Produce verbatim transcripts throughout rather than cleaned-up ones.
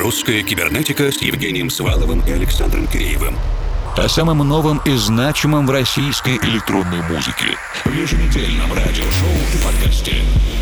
Русская кибернетика с Евгением Сваловым и Александром Киреевым. О самом новом и значимом в российской электронной музыке. В еженедельном радиошоу и подкасте.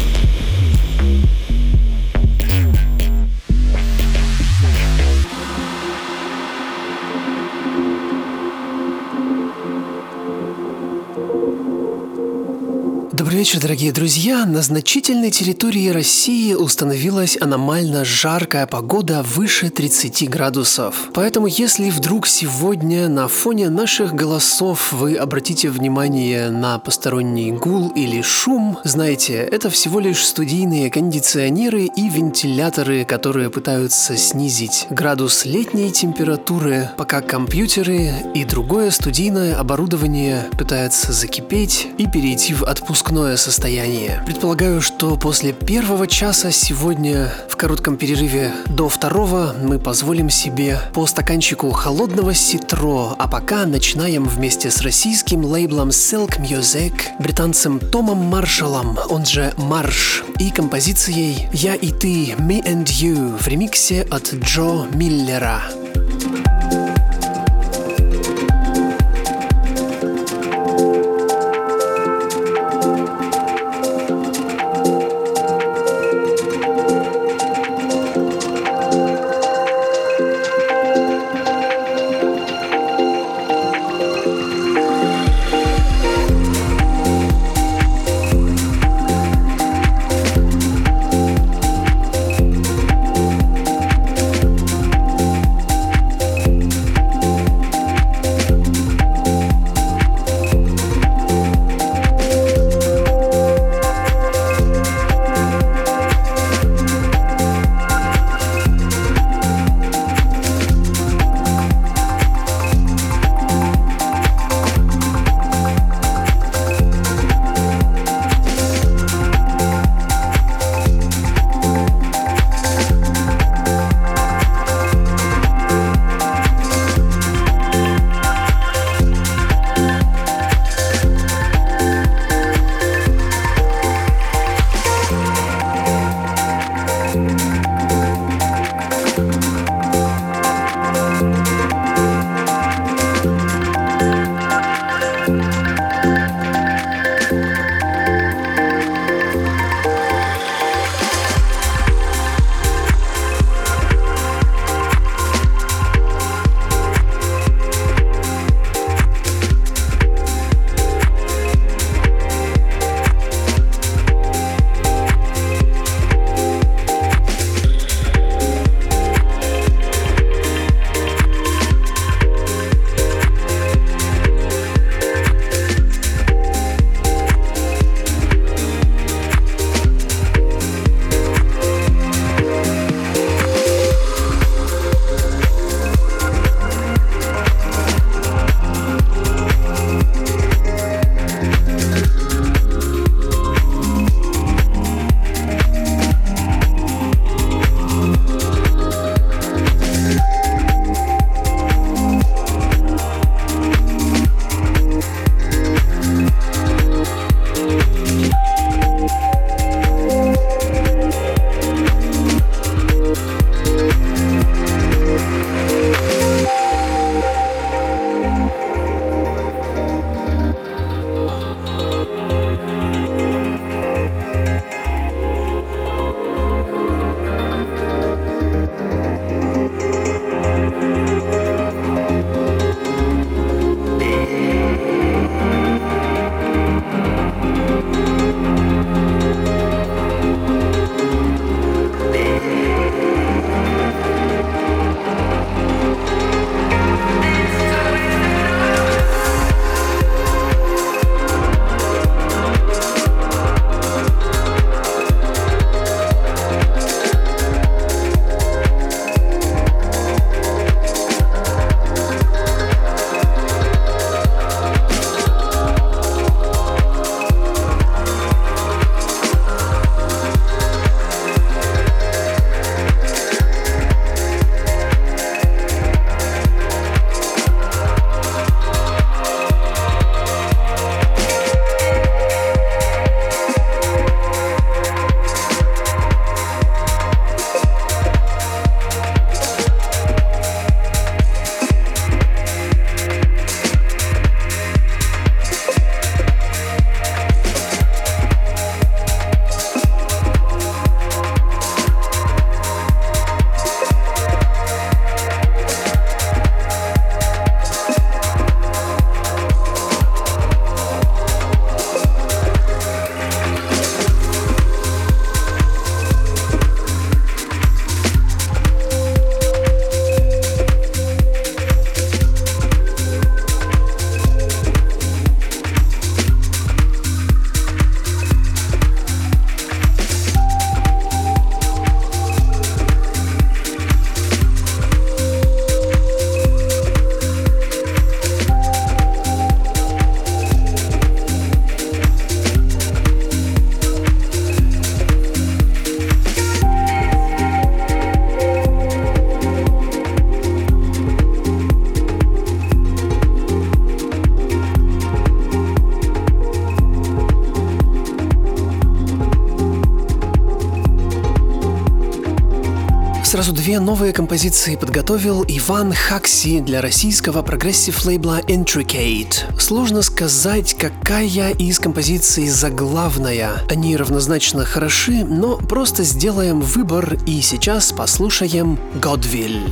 Добрый вечер, дорогие друзья. На значительной территории России установилась аномально жаркая погода выше тридцати градусов. Поэтому, если вдруг сегодня на фоне наших голосов вы обратите внимание на посторонний гул или шум, знайте, это всего лишь студийные кондиционеры и вентиляторы, которые пытаются снизить градус летней температуры, пока компьютеры и другое студийное оборудование пытаются закипеть и перейти в отпускное состояние. Предполагаю, что после первого часа сегодня в коротком перерыве до второго мы позволим себе по стаканчику холодного ситро, а пока начинаем вместе с российским лейблом Silk Music, британцем Томом Маршаллом, он же Марш, и композицией «Я и ты, Me and You» в ремиксе от Джо Миллера. сразу две новые композиции подготовил Иван Хакси для российского прогрессив-лейбла Intricate. Сложно сказать, какая из композиций заглавная. Они равнозначно хороши, но просто сделаем выбор и сейчас послушаем Godwill.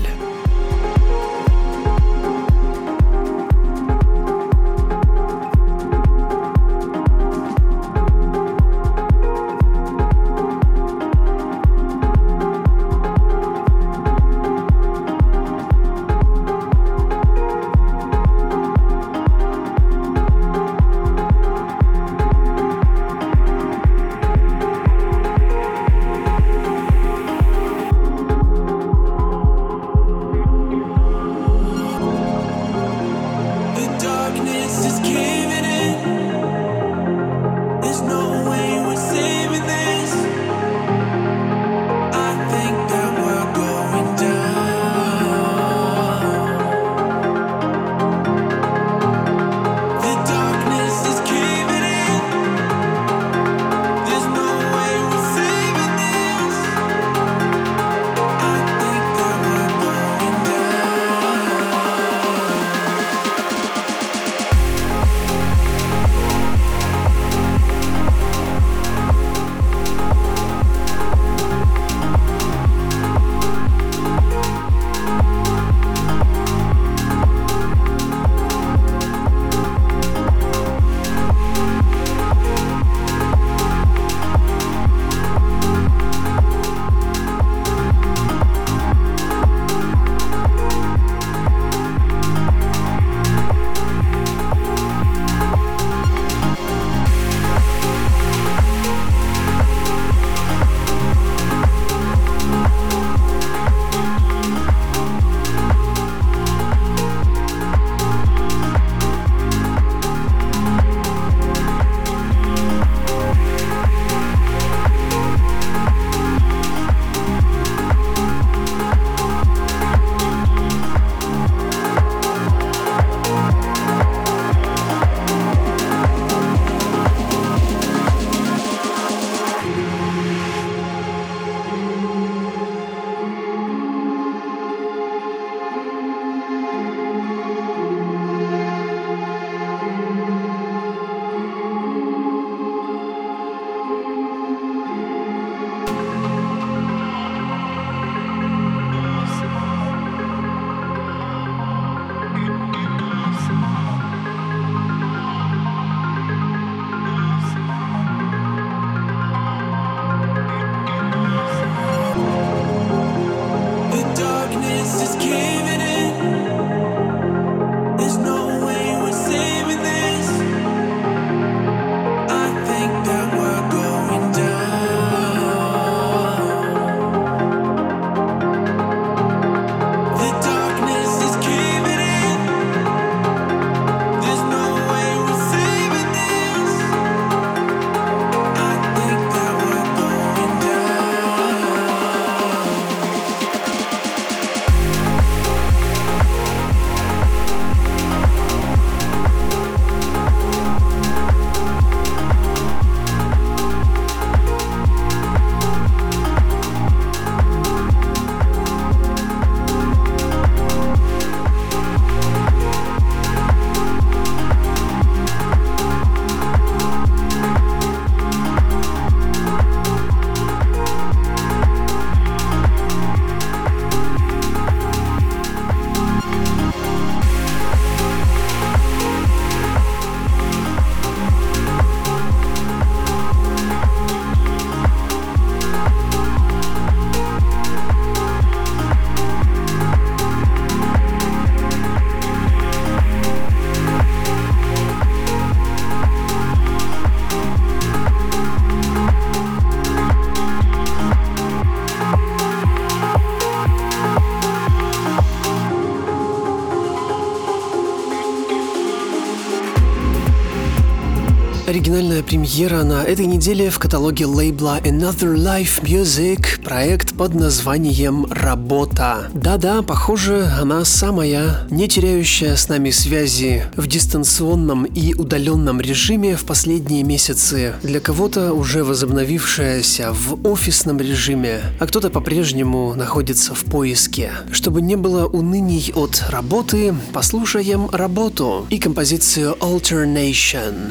Оригинальная премьера на этой неделе в каталоге лейбла Another Life Music, проект под названием «Работа». Да-да, похоже, она самая, не теряющая с нами связи в дистанционном и удаленном режиме в последние месяцы. Для кого-то уже возобновившаяся в офисном режиме, а кто-то по-прежнему находится в поиске. Чтобы не было уныний от работы, послушаем «Работу» и композицию «Alternation».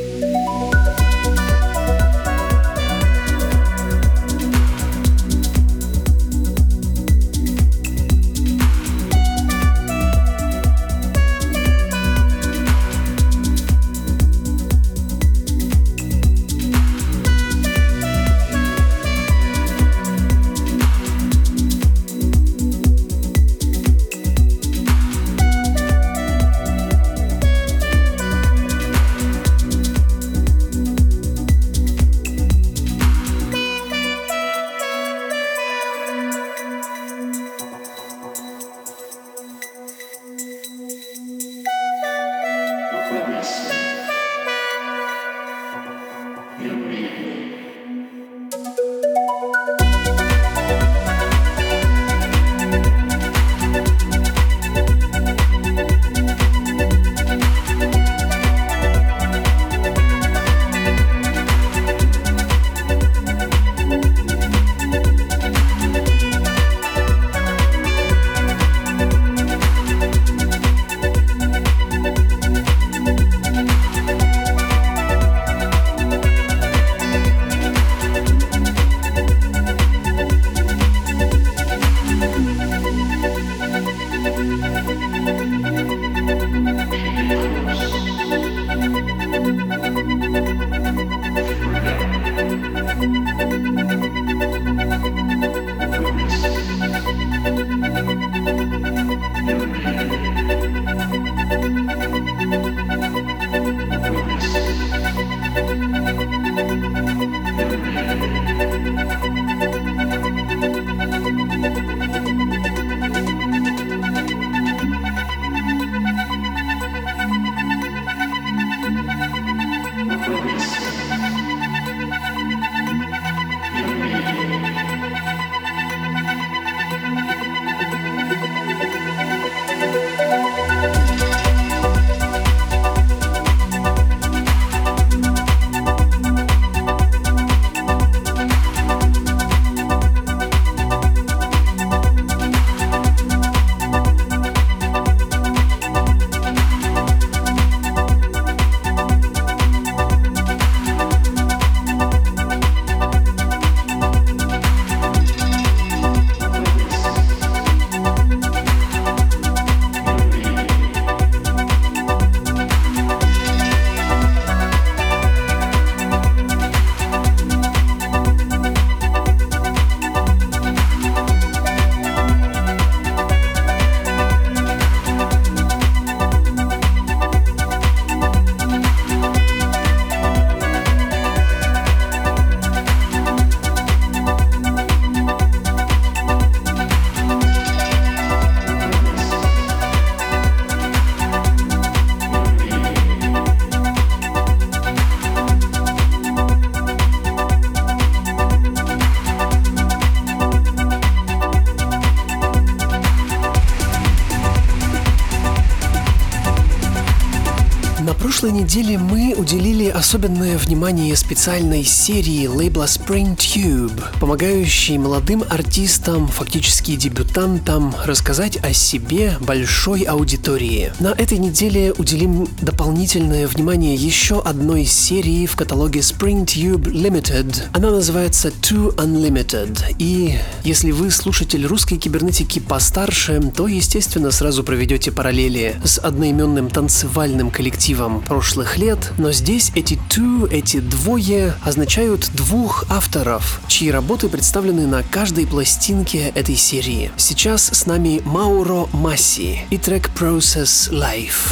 На прошлой неделе мы уделили особенное внимание специальной серии лейбла Spring Tube, помогающей молодым артистам, фактически дебютантам, рассказать о себе большой аудитории. На этой неделе уделим дополнительное внимание еще одной серии в каталоге Spring Tube Limited. Она называется Two Unlimited. И если вы слушатель русской кибернетики постарше, то, естественно, сразу проведете параллели с одноименным танцевальным коллективом прошлых лет, но здесь эти two, эти двое означают двух авторов, чьи работы представлены на каждой пластинке этой серии. Сейчас с нами Мауро Масси и трек Process Life.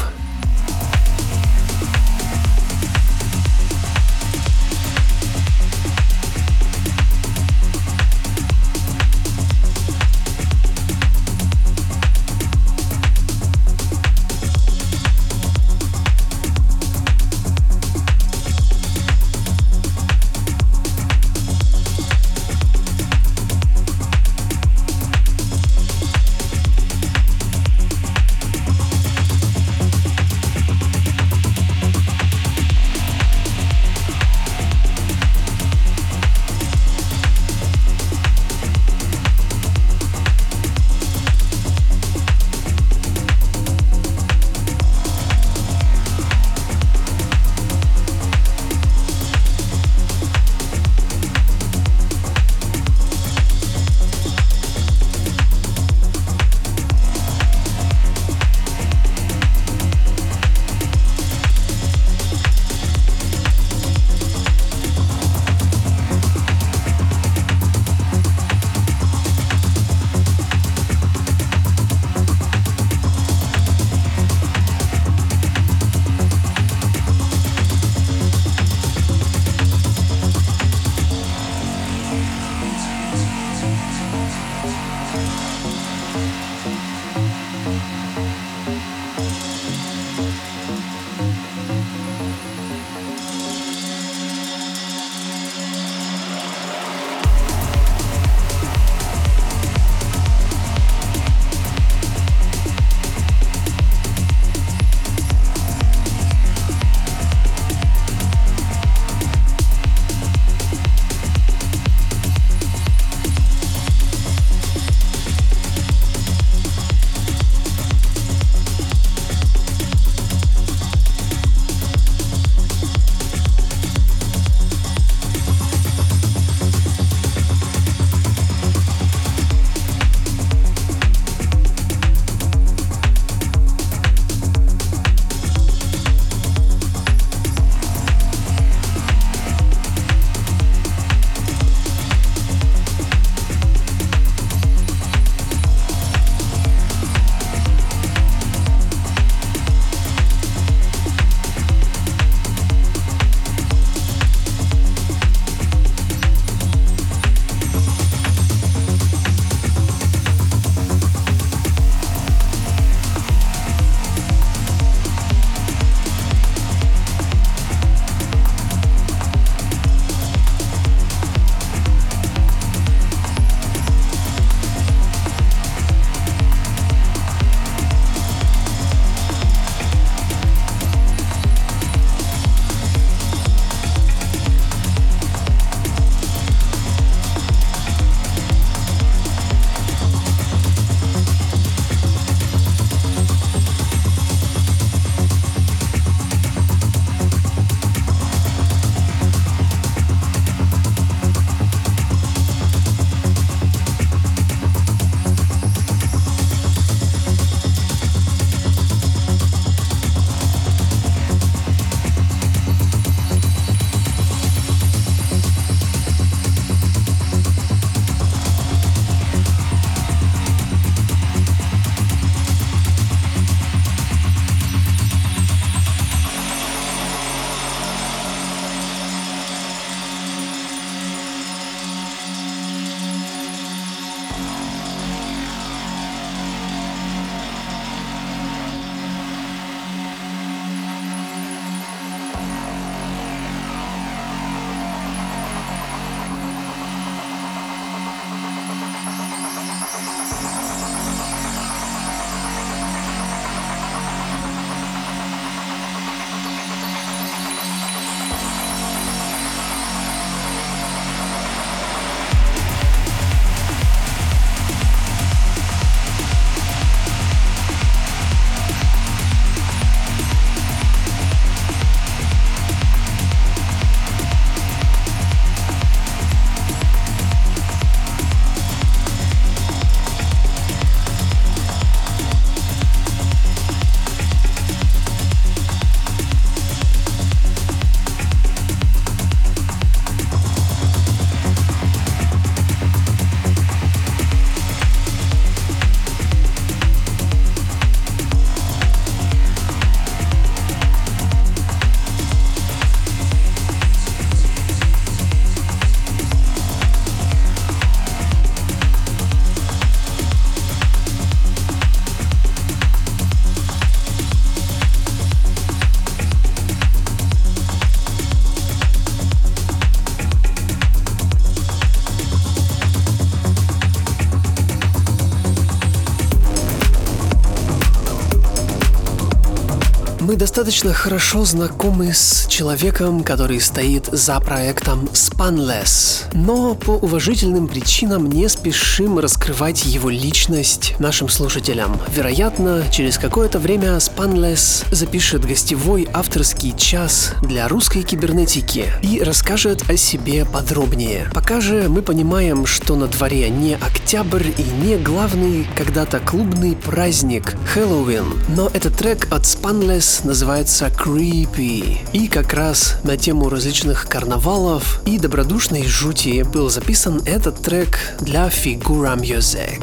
Мы достаточно хорошо знакомы с человеком, который стоит за проектом Spinless, но по уважительным причинам не спешим раскрывать его личность нашим слушателям. Вероятно, через какое-то время Spinless запишет гостевой авторский час для русской кибернетики и расскажет о себе подробнее. Пока же мы понимаем, что на дворе не октябрь и не главный когда-то клубный праздник Хэллоуин, но этот трек от Spinless называется Creepy. И как раз на тему различных карнавалов и добродушной жути был записан этот трек для Figura Music.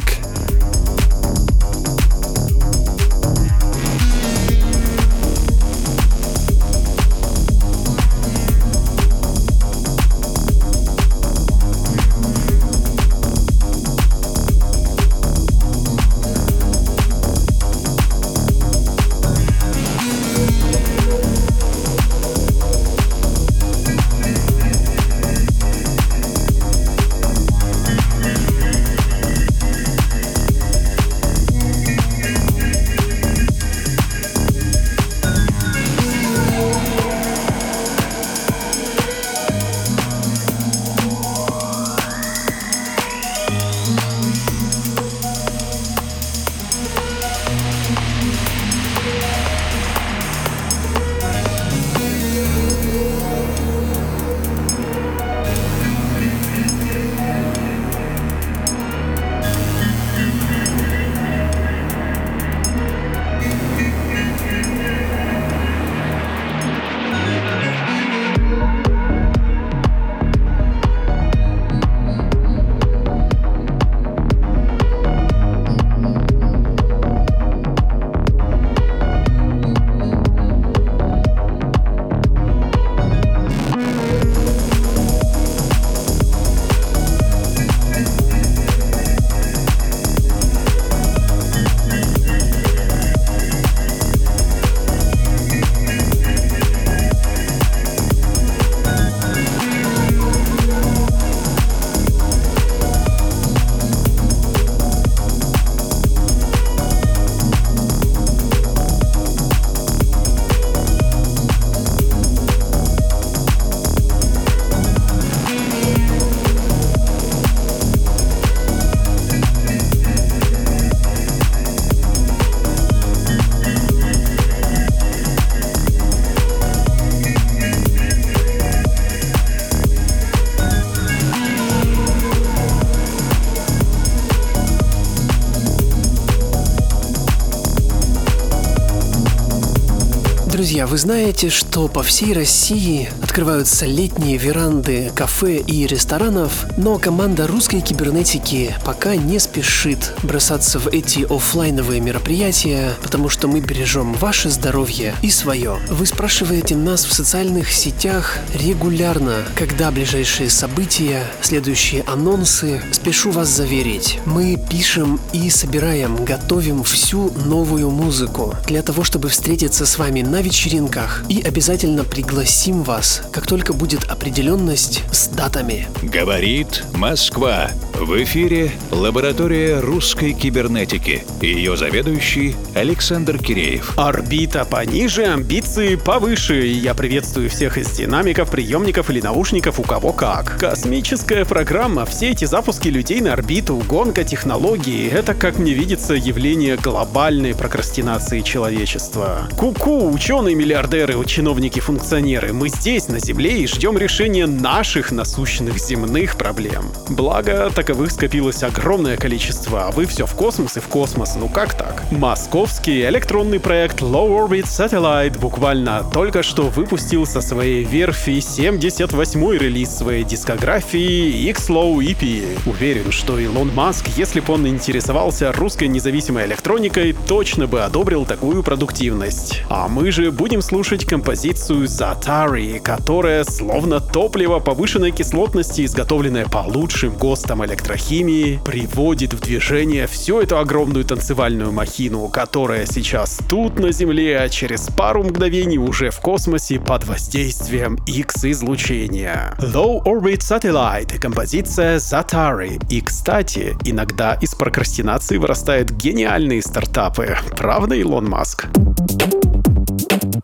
Друзья, вы знаете, что по всей России открываются летние веранды кафе и ресторанов, но команда русской кибернетики пока не спешит бросаться в эти оффлайновые мероприятия, потому что мы бережем ваше здоровье и свое. Вы спрашиваете нас в социальных сетях регулярно, когда ближайшие события, следующие анонсы. Спешу вас заверить, мы пишем и собираем, готовим всю новую музыку для того, чтобы встретиться с вами на вечеринках и обязательно пригласим вас, как только будет определенность с датами. Говорит Москва. В эфире лаборатория русской кибернетики. Ее заведующий Александр Киреев. Орбита пониже, амбиции повыше. И я приветствую всех из динамиков, приемников или наушников, у кого как. Космическая программа, все эти запуски людей на орбиту, гонка технологий — это, как мне видится, явление глобальной прокрастинации человечества. Ку-ку, ученые-миллиардеры, чиновники-функционеры, мы здесь, на Земле, и ждем решения наших насущных земных проблем. Благо, таковых скопилось огромное количество, а вы все в космос и в космос, ну как так? Московский электронный проект Low Orbit Satellite буквально только что выпустил со своей верфи семьдесят восьмой релиз своей дискографии X-Low и пи. Уверен, что Илон Маск, если бы он интересовался русской независимой электроникой, точно бы одобрил такую продуктивность. А мы же будем слушать композицию Zatari, которая словно топливо повышенной кислотности, изготовленное по лучшим ГОСТам электрохимии, приводит в движение всю эту огромную танцевальную махину, которая сейчас тут на Земле, а через пару мгновений уже в космосе под воздействием X-излучения. Low Orbit Satellite, композиция Zatari. И, кстати, иногда из прокрастинации вырастают гениальные стартапы. Правда, Илон Маск?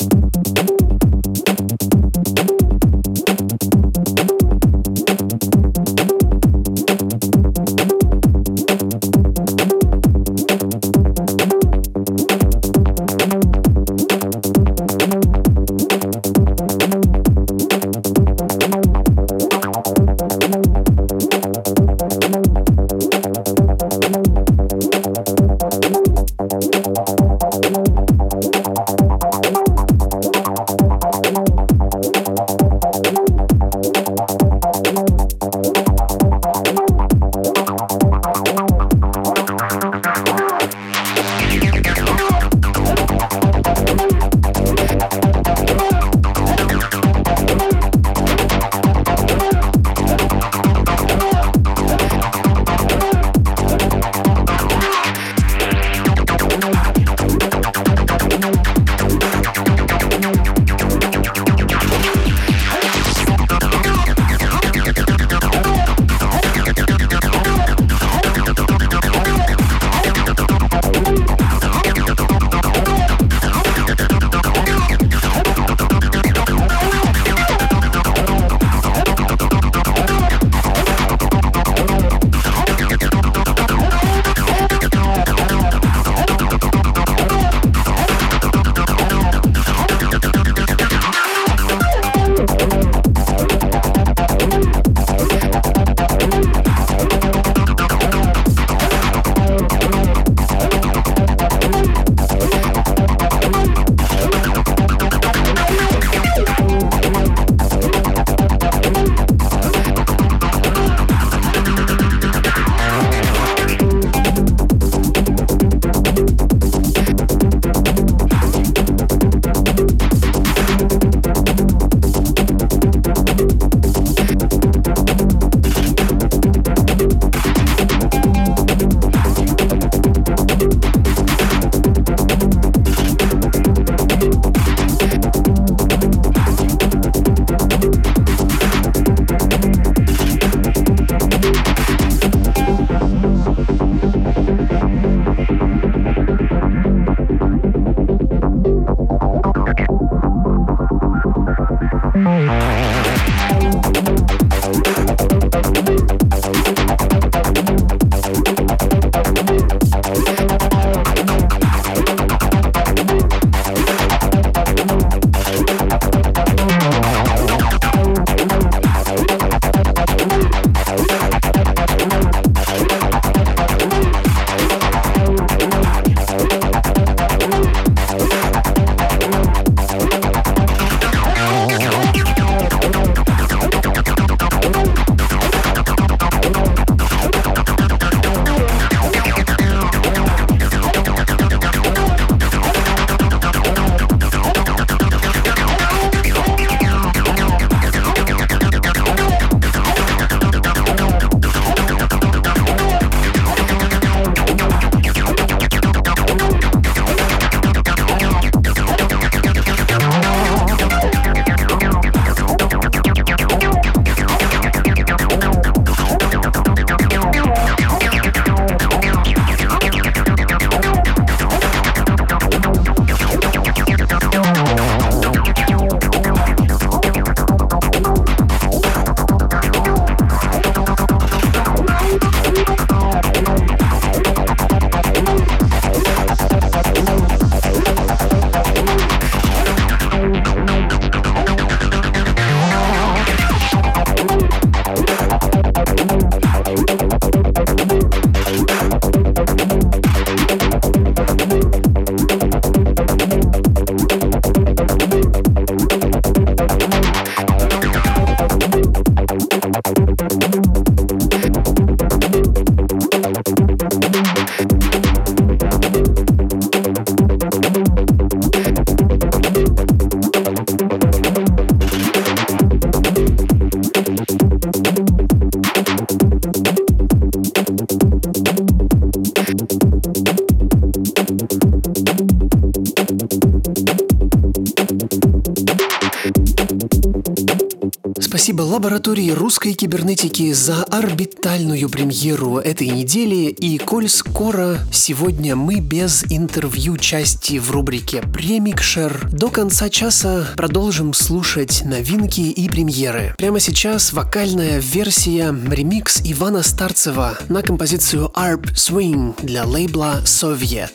Спасибо лаборатории русской кибернетики за орбитальную премьеру этой недели. И коль скоро сегодня мы без интервью части в рубрике «Премикшер», до конца часа продолжим слушать новинки и премьеры. Прямо сейчас вокальная версия, ремикс Ивана Старцева на композицию Arp Swing для лейбла Soviet.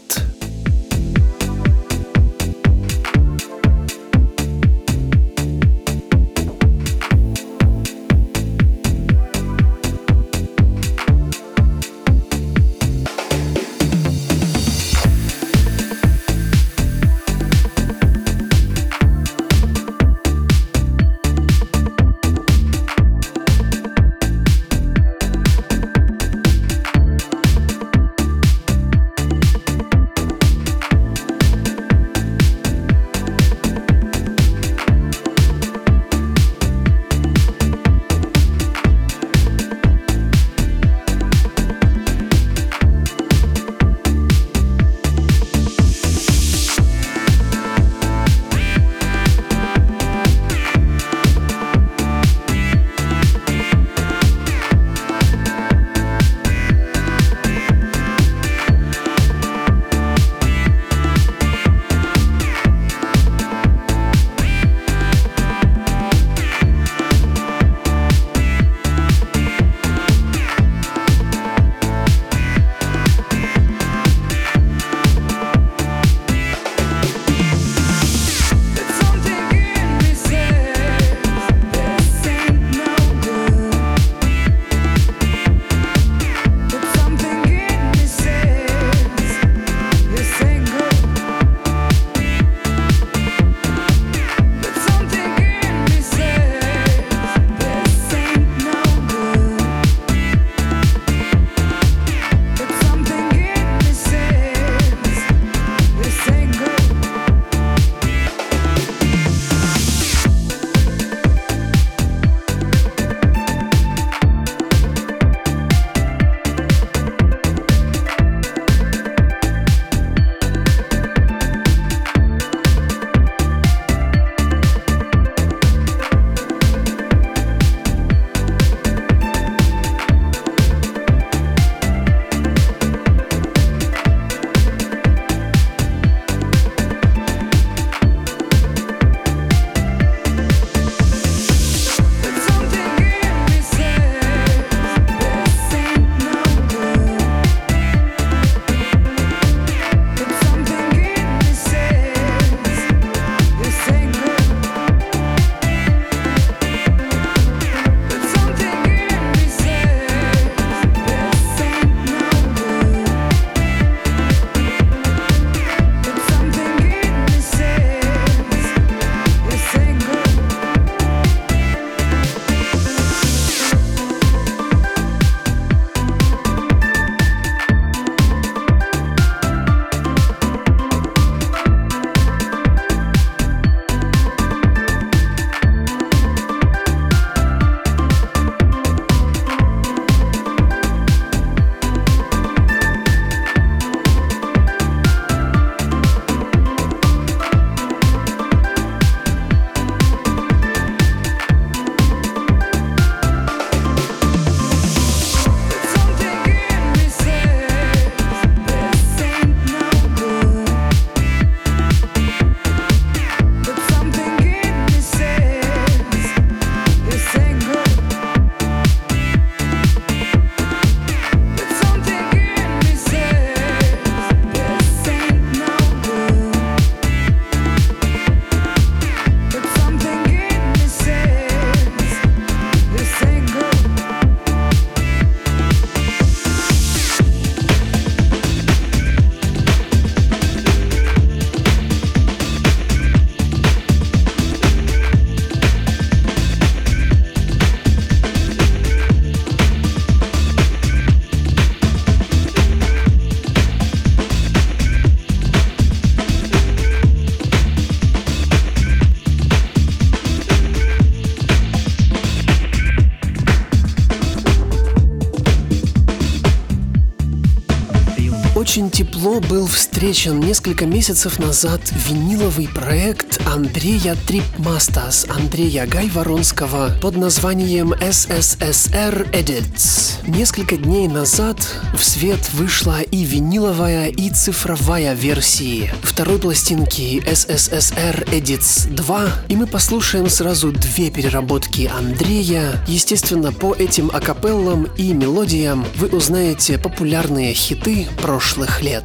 тепло был встречен несколько месяцев назад виниловый проект Андрея Трипмастас, Андрея Гайворонского под названием эс эс эс эр Edits. Несколько дней назад в свет вышла и виниловая, и цифровая версии второй пластинки эс эс эс эр Edits два, и мы послушаем сразу две переработки Андрея. Естественно, по этим акапеллам и мелодиям вы узнаете популярные хиты прошлых лет.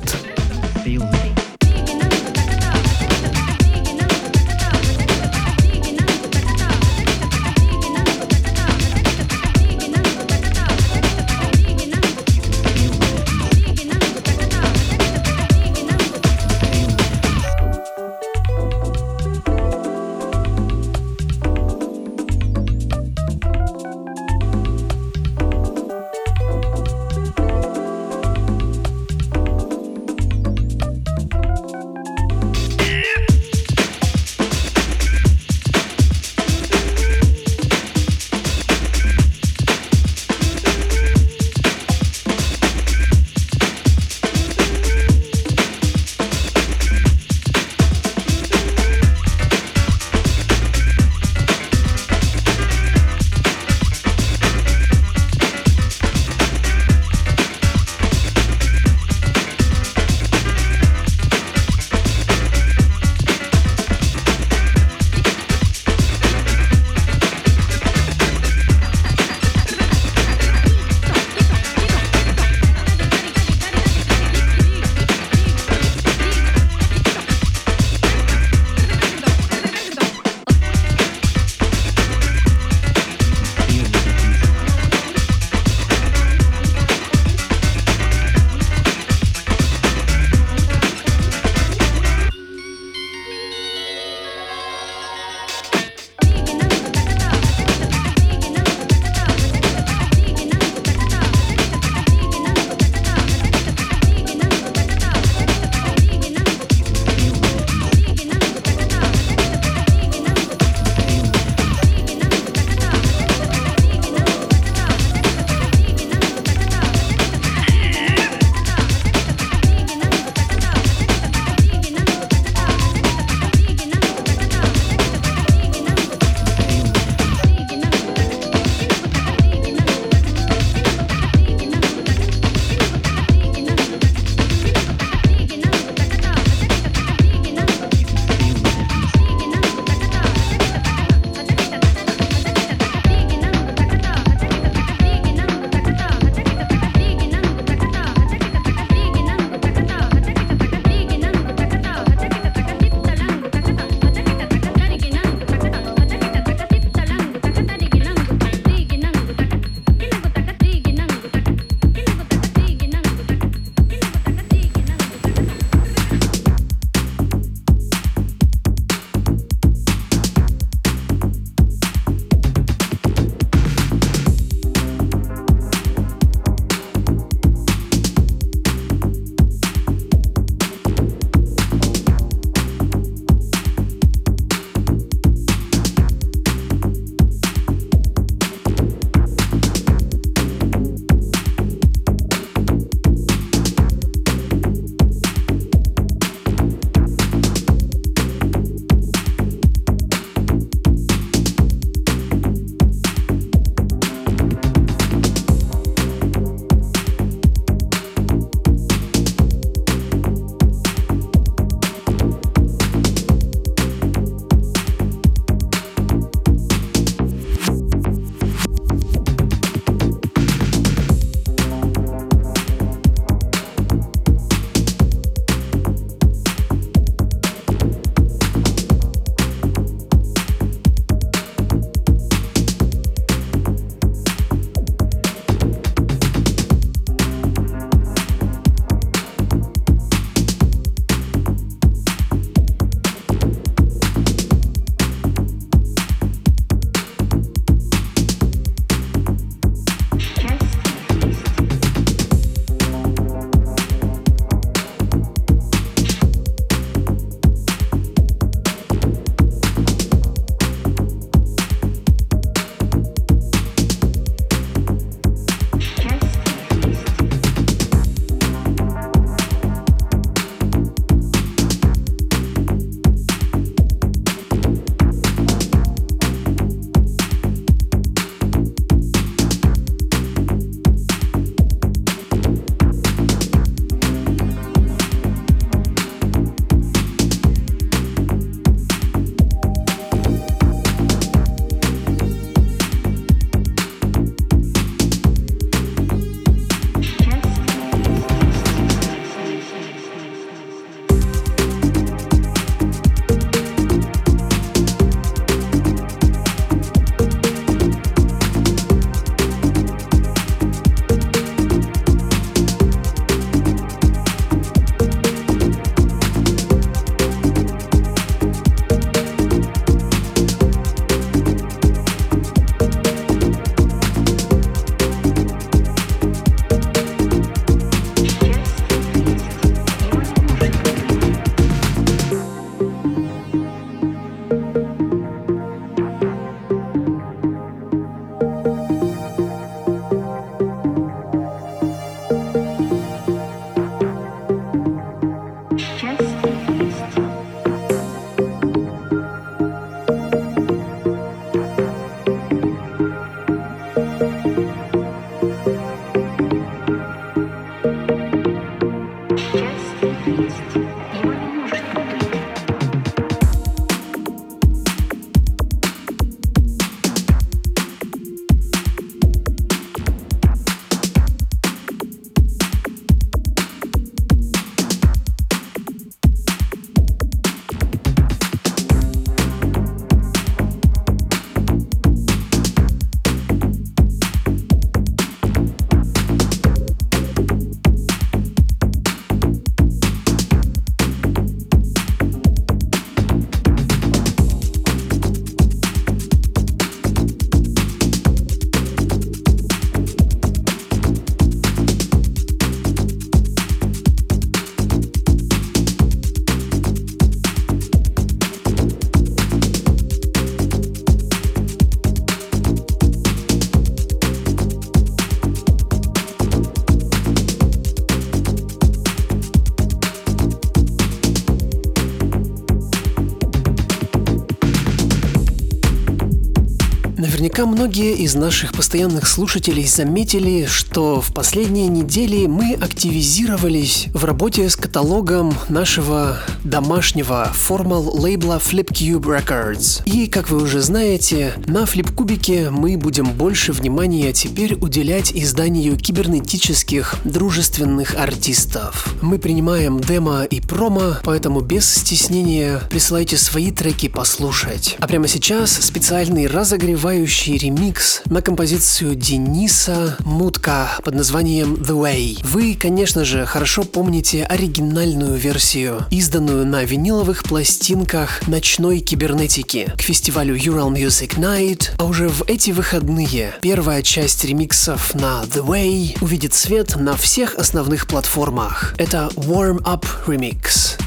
Наверняка многие из наших постоянных слушателей заметили, что в последние недели мы активизировались в работе с каталогом нашего домашнего формал лейбла Flipcube Records. И, как вы уже знаете, на Flipcube мы будем больше внимания теперь уделять изданию кибернетических дружественных артистов. Мы принимаем демо и промо, поэтому без стеснения присылайте свои треки послушать. А прямо сейчас специальный разогревающий ремикс на композицию Дениса Мутка под названием The Way. Вы, конечно же, хорошо помните оригинальную версию, изданную на виниловых пластинках ночной кибернетики к фестивалю Ural Music Night, а уже в эти выходные первая часть ремиксов на The Way увидит свет на всех основных платформах. Это Warm Up Remix.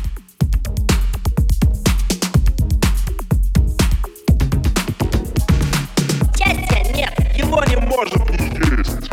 Его не может не есть.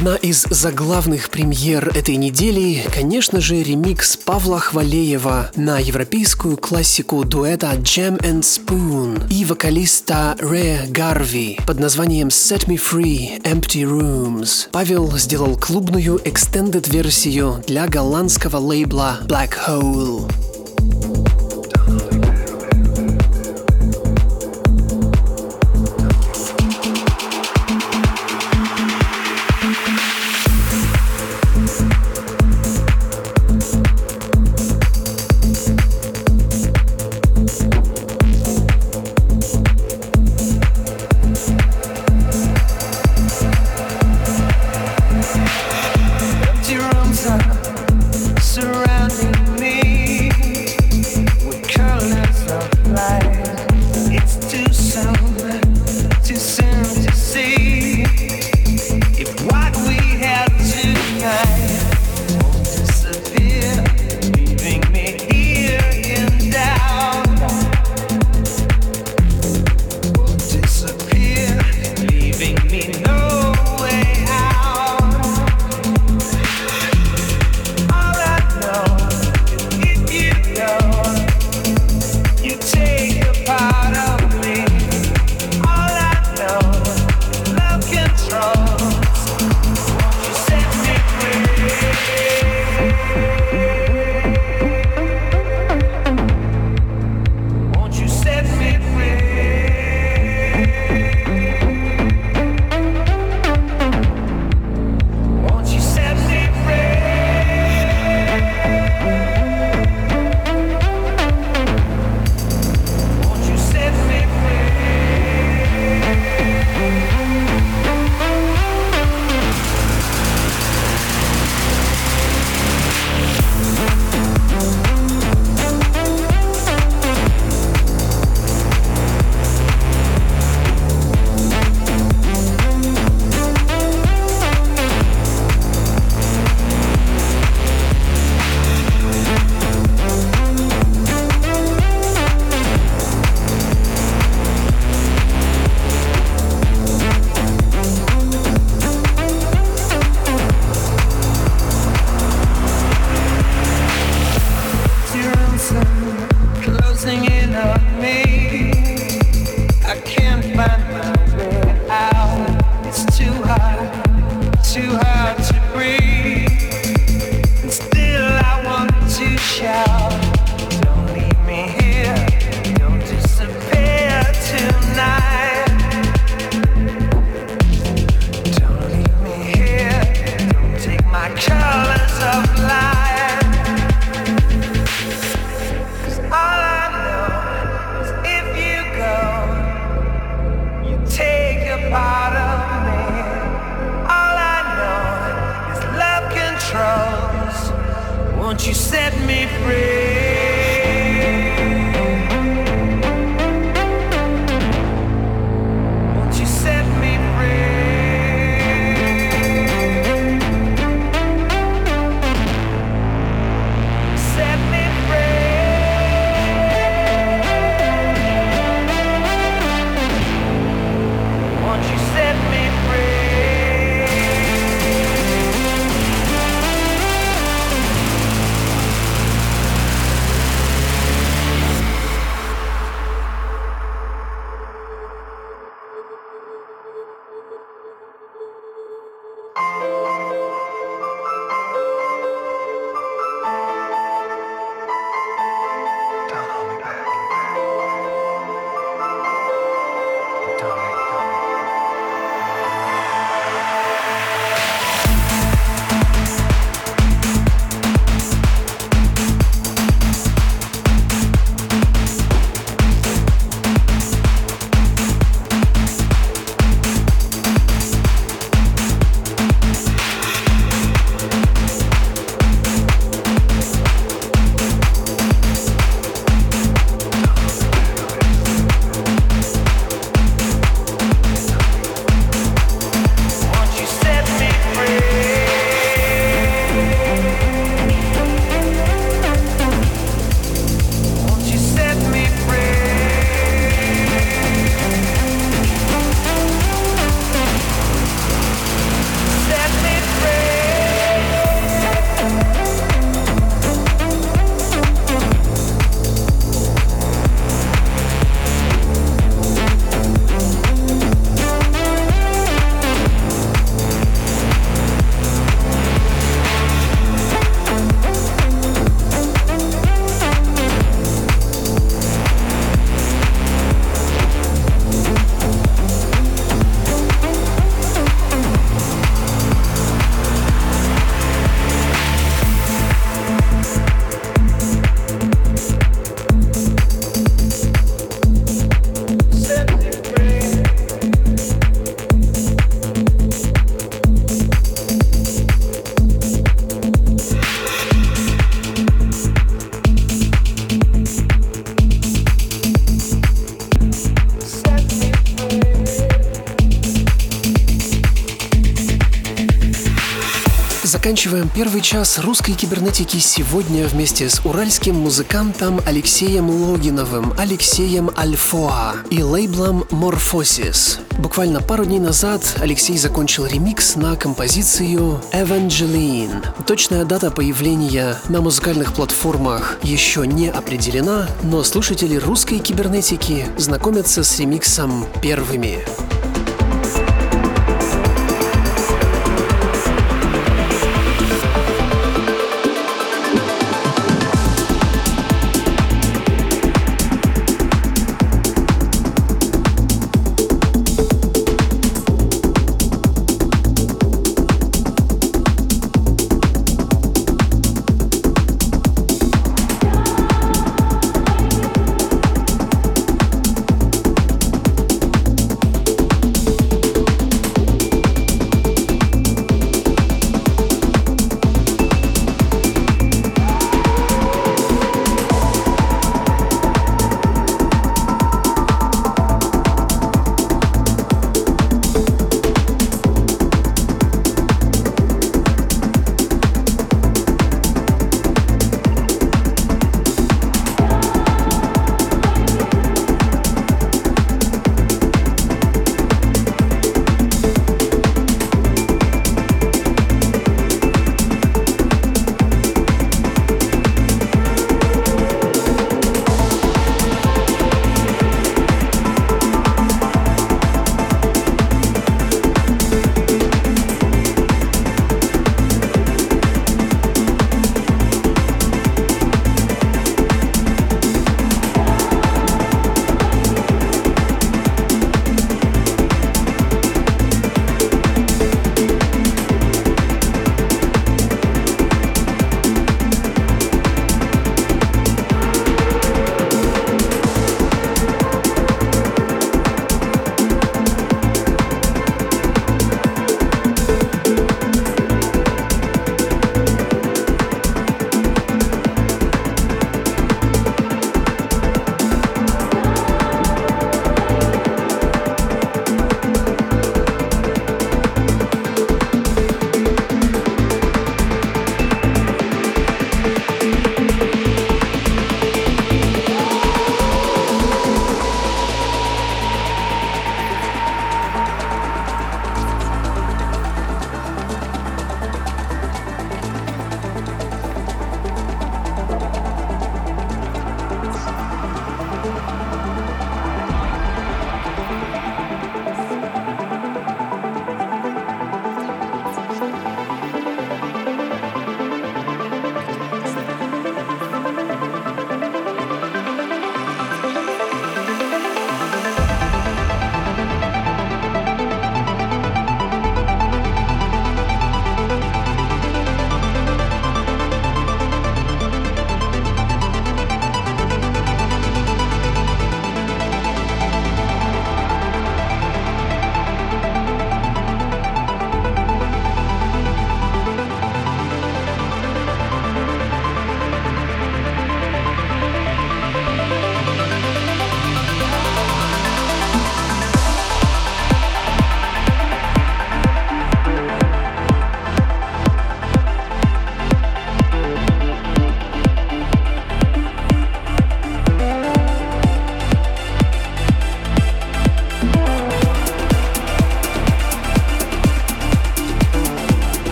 одна из заглавных премьер этой недели, конечно же, ремикс Павла Хвалеева на европейскую классику дуэта Jam and Spoon и вокалиста Ре Гарви под названием Set Me Free, Empty Rooms. Павел сделал клубную экстендед-версию для голландского лейбла Black Hole. Surrounding me with colors of light. It's too soon, too soon to see if what we have tonight won't disappear, leaving me here in doubt. Won't disappear, leaving me no way out. Closing in on me, I can't find my way out. It's too hard, too hard to breathe. And still I want to shout, don't leave me here, don't disappear tonight. Don't leave me here, don't take my colors of light. Part of me, all I know is love controls. Won't you set me free? Won't you set me free? Set me free. Won't you set me free? заканчиваем первый час русской кибернетики сегодня вместе с уральским музыкантом Алексеем Логиновым, Алексеем Альфоа и лейблом Morphosis. Буквально пару дней назад Алексей закончил ремикс на композицию Evangeline. Точная дата появления на музыкальных платформах еще не определена, но слушатели русской кибернетики знакомятся с ремиксом первыми.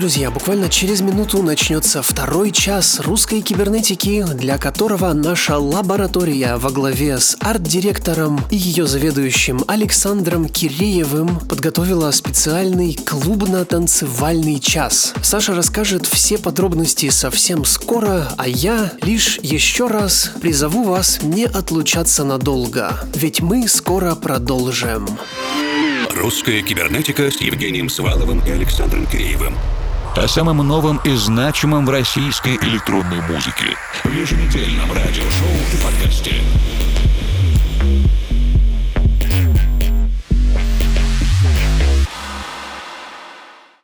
друзья, буквально через минуту начнется второй час русской кибернетики, для которого наша лаборатория во главе с арт-директором и ее заведующим Александром Киреевым подготовила специальный клубно-танцевальный час. Саша расскажет все подробности совсем скоро, а я лишь еще раз призову вас не отлучаться надолго, ведь мы скоро продолжим. Русская кибернетика с Евгением Сваловым и Александром Киреевым. О самом новом и значимом в российской электронной музыке. В еженедельном радиошоу и подкасте.